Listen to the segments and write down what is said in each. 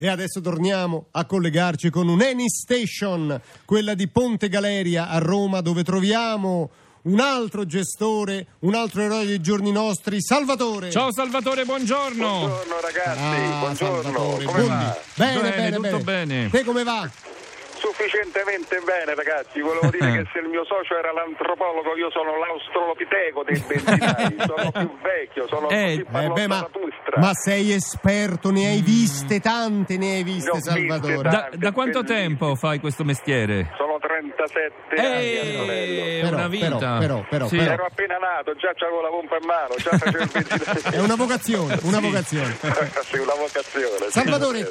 E adesso torniamo a collegarci con un Eni Station, quella di Ponte Galeria a Roma, dove troviamo un altro gestore, un altro eroe dei giorni nostri, Salvatore. Ciao Salvatore, buongiorno. Buongiorno ragazzi, buongiorno. Salvatore, Come va? Bene, tutto bene. Te come va? Sufficientemente bene ragazzi, volevo dire che se il mio socio era l'antropologo, io sono l'australopiteco dei benzinai, sono più vecchio, sono così ma sei esperto, ne hai viste tante, Salvatore. Da quanto tempo fai questo mestiere? Sono 37 anni, Antonello. Una vita. Però. Ero appena nato, già c'avevo la pompa in mano, già facevo il benzinaio. È una vocazione. Sì, una vocazione. Salvatore,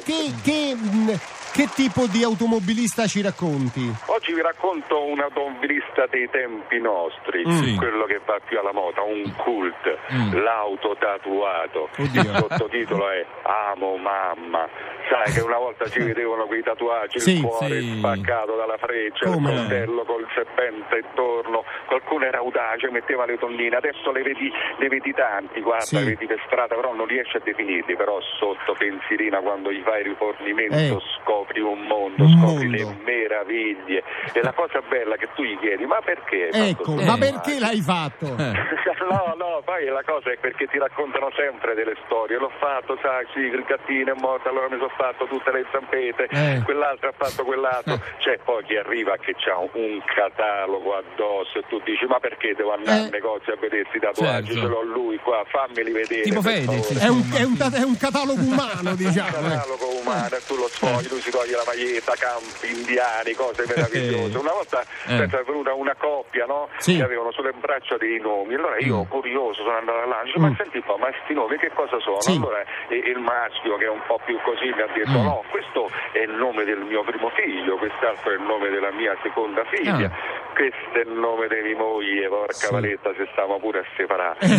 che tipo di automobilista ci racconti? Oggi vi racconto un automobilista dei tempi nostri, quello che va più alla moda, un cult, l'auto tatuato. Oddio. Il sottotitolo è Amo mamma. Sai che una volta ci vedevano quei tatuaggi, il cuore spaccato dalla freccia, il coltello col serpente intorno, qualcuno era audace, metteva le tonnine, adesso le vedi tanti, guarda, le vedi per strada, però non riesci a definirli, però sotto pensierina quando gli fai il rifornimento scopri un mondo, scopri le meraviglie. E la cosa bella che tu gli chiedi, ma perché? Ma perché l'hai fatto? No, poi la cosa è perché ti raccontano sempre delle storie. L'ho fatto, sai, sì, il gattino è morto, allora mi sono fatto tutte le zampete, quell'altro ha fatto quell'altro. C'è poi chi arriva che c'ha un catalogo addosso e tu dici, ma perché devo andare al negozio a vedersi i tatuaggi? Ce l'ho lui qua, fammeli vedere. Tipo Fedez. È un catalogo umano, diciamo. Un catalogo umano, e tu lo sfogli, lui si toglie la maglietta, campi indiani, cose meravigliose. Una volta è venuta una coppia, no? Che avevano sulle braccia dei nomi. Allora io, curioso, sono andato là, dico, ma senti un po', ma sti nomi che cosa sono? Allora il maschio, che è un po' più così, mi ha detto no, questo è il nome del mio primo figlio, quest'altro è il nome della mia seconda figlia, questo è il nome di mia moglie, porca valetta, se stiamo pure a separare. E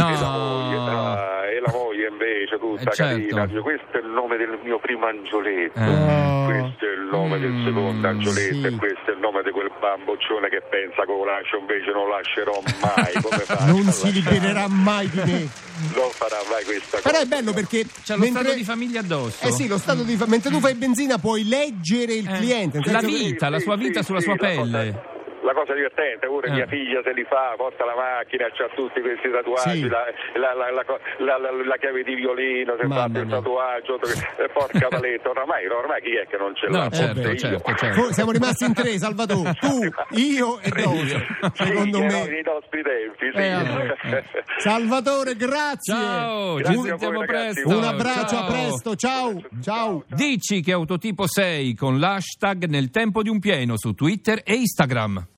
la moglie invece tutta carina, dice, questo è il nome del mio primo angioletto, questo è il nome del secondo angioletto, e questo è il nome di quel bamboccione che pensa che lo lascio, invece non lo lascerò mai. Come faccio? Non si libererà mai di me. Non farà mai questa cosa. Però è bello perché c'è lo stato di famiglia addosso. Lo stato di mentre tu fai benzina puoi leggere il cliente, la vita, la sua vita sulla sua pelle. La cosa divertente, pure mia figlia se li fa, porta la macchina, c'ha tutti questi tatuaggi, la chiave di violino, se fa il tatuaggio, porca paletta, ormai chi è che non ce l'ha? Certo. Siamo rimasti in tre, Salvatore, tu, io e Doso, secondo me. Nei nostri tempi, Salvatore, grazie. Ciao, ci sentiamo presto. Un abbraccio, a presto, ciao. Dici che autotipo sei con l'hashtag Nel tempo di un pieno su Twitter e Instagram.